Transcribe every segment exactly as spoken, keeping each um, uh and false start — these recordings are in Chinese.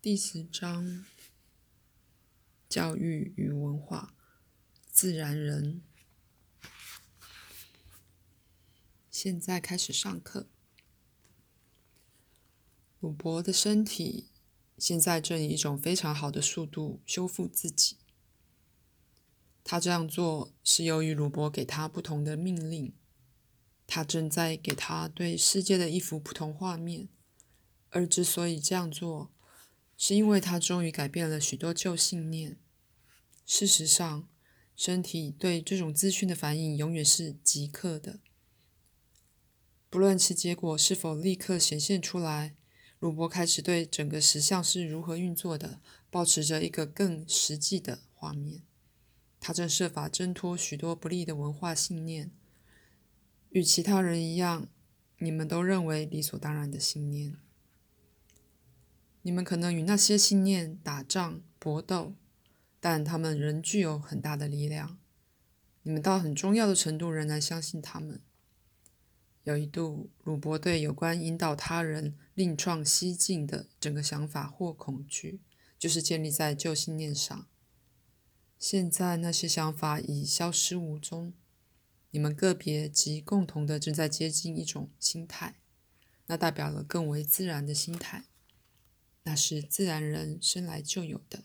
第十章：教育与文化。自然人。现在开始上课。鲁伯的身体现在正以一种非常好的速度修复自己。他这样做是由于鲁伯给他不同的命令，他正在给他对世界的一幅不同画面，而之所以这样做，是因为他终于改变了许多旧信念。事实上，身体对这种资讯的反应永远是即刻的，不论其结果是否立刻显现出来。鲁伯开始对整个实相是如何运作的，抱持着一个更实际的画面。他正设法挣脱许多不利的文化信念，与其他人一样，你们都认为理所当然的信念。你们可能与那些信念打仗搏斗，但他们仍具有很大的力量。你们到很重要的程度仍然相信他们。有一度，鲁伯对有关引导他人另创蹊径的整个想法或恐惧，就是建立在旧信念上。现在那些想法已消失无踪，你们个别及共同的正在接近一种心态，那代表了更为自然的心态，那是自然人生来就有的。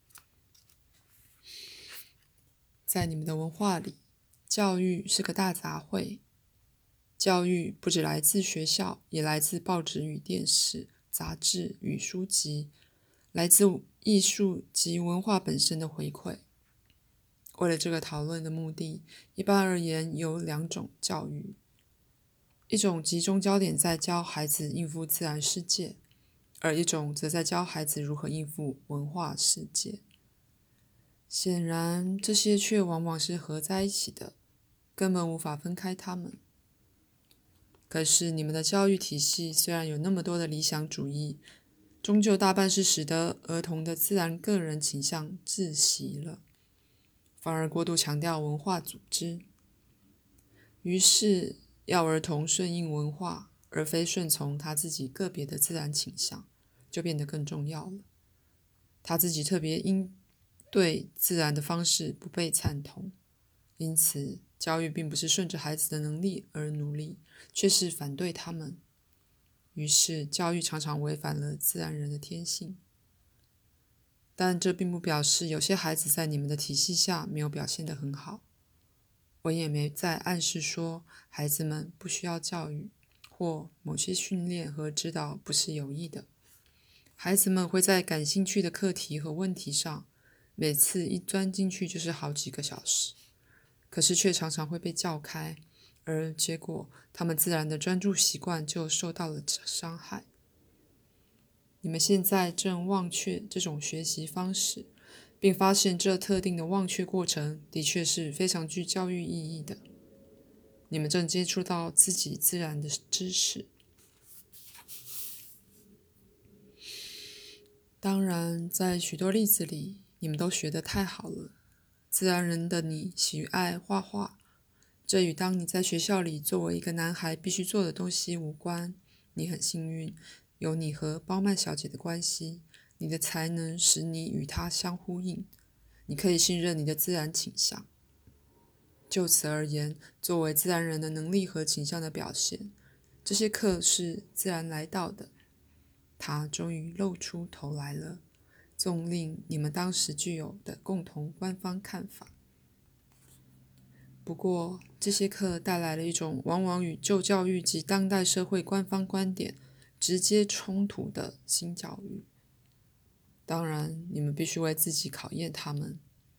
在你们的文化里，教育是个大杂烩。教育不只来自学校，也来自报纸与电视、杂志与书籍，来自艺术及文化本身的回馈。为了这个讨论的目的，一般而言有两种教育，一种集中焦点在教孩子应付自然世界，而一种则在教孩子如何应付文化世界。显然，这些却往往是合在一起的，根本无法分开它们。可是你们的教育体系虽然有那么多的理想主义，终究大半是使得儿童的自然个人倾向窒息了，反而过度强调文化组织。于是要儿童顺应文化，而非顺从他自己个别的自然倾向，就变得更重要了。他自己特别应对自然的方式不被赞同，因此教育并不是顺着孩子的能力而努力，却是反对他们。于是教育常常违反了自然人的天性。但这并不表示有些孩子在你们的体系下没有表现得很好。我也没在暗示说孩子们不需要教育，或某些训练和指导不是有益的。孩子们会在感兴趣的课题和问题上，每次一钻进去就是好几个小时，可是却常常会被叫开，而结果他们自然的专注习惯就受到了伤害。你们现在正忘却这种学习方式，并发现这特定的忘却过程的确是非常具教育意义的。你们正接触到自己自然的知识。当然，在许多例子里，你们都学得太好了。自然人的你喜爱画画，这与当你在学校里作为一个男孩必须做的东西无关。你很幸运，有你和褒曼小姐的关系，你的才能使你与她相呼应，你可以信任你的自然倾向。就此而言，作为自然人的能力和倾向的表现，这些课是自然来到的。它终于露出头来了，纵令你们当时具有的共同官方看法。不过，这些课带来了一种往往与旧教育及当代社会官方观点直接冲突的新教育。当然，你们必须为自己考验他们。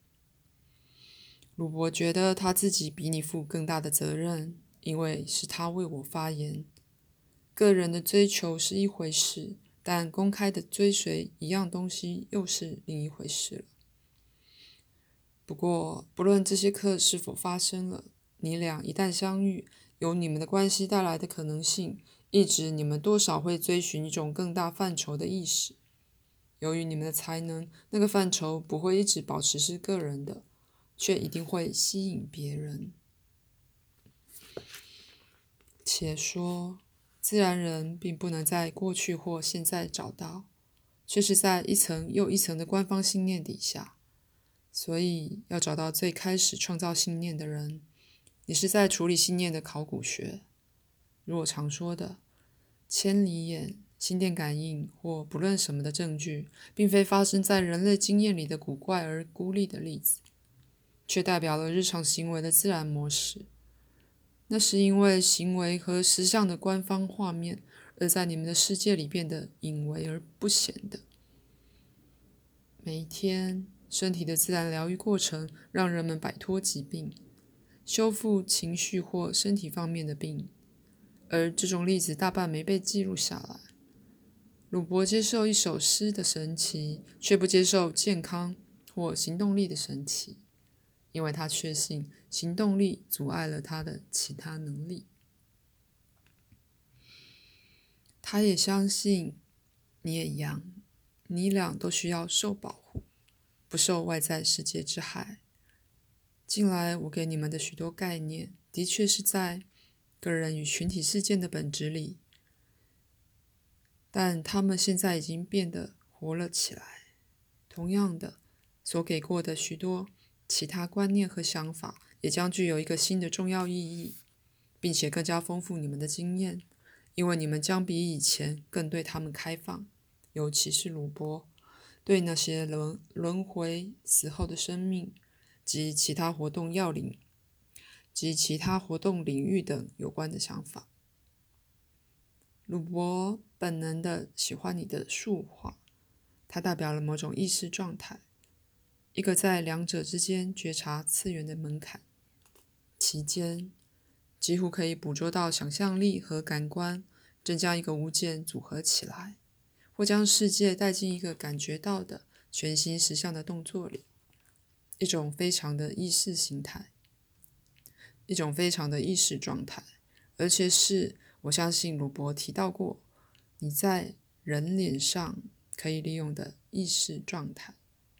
鲁伯觉得他自己比你负更大的责任，因为是他为我发言。个人的追求是一回事，但公开的追随一样东西又是另一回事了。不过，不论这些课是否发生了，你俩一旦相遇，由你们的关系带来的可能性，一直你们多少会追寻一种更大范畴的意识。由于你们的才能，那个范畴不会一直保持是个人的，却一定会吸引别人。且说，自然人并不能在过去或现在找到， 却是在一层又一层的官方信念底下。所以要找到最开始创造信念的人，也是在处理信念的考古学。如我常说的，千里眼、心电感应或不论什么的证据，并非发生在人类经验里的古怪而孤立的例子，却代表了日常行为的自然模式。那是因为行为和实相的官方画面，而在你们的世界里变得隐微而不显的。每一天，身体的自然疗愈过程让人们摆脱疾病，修复情绪或身体方面的病，而这种例子大半没被记录下来。鲁伯接受一首诗的神奇，却不接受健康或行动力的神奇，因为他确信行动力阻碍了他的其他能力。他也相信，你也一样，你俩都需要受保护，不受外在世界之害。近来我给你们的许多概念，的确是在个人与群体事件的本质里，但他们现在已经变得活了起来。同样的，所给过的许多其他观念和想法，也将具有一个新的重要意义，并且更加丰富你们的经验，因为你们将比以前更对他们开放，尤其是鲁伯，对那些轮轮回死后的生命及其他活动要领及其他活动领域等有关的想法。鲁伯本能的喜欢你的数化，它代表了某种意识状态，一个在两者之间觉察次元的门槛，其间几乎可以捕捉到想象力和感官正将一个物件组合起来，或将世界带进一个感觉到的全新实相的动作里，一种非常的意识形态，一种非常的意识状态，而且是我相信鲁伯提到过你在人脸上可以利用的意识状态。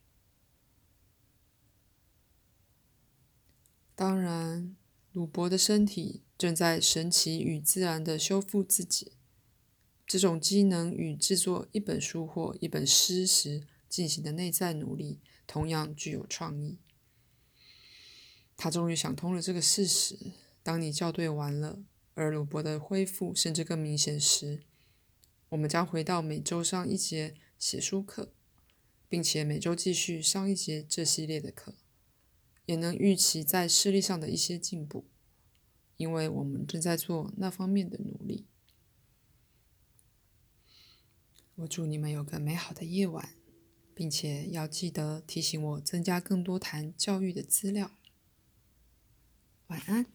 当然，鲁伯的身体正在神奇与自然地修复自己，这种机能与制作一本书或一本诗时进行的内在努力同样具有创意。他终于想通了这个事实，当你校对完了，而鲁伯的恢复甚至更明显时，我们将回到每周上一节写书课，并且每周继续上一节这系列的课，也能预期在视力上的一些进步，因为我们正在做那方面的努力。我祝你们有个美好的夜晚，并且要记得提醒我增加更多谈教育的资料。晚安。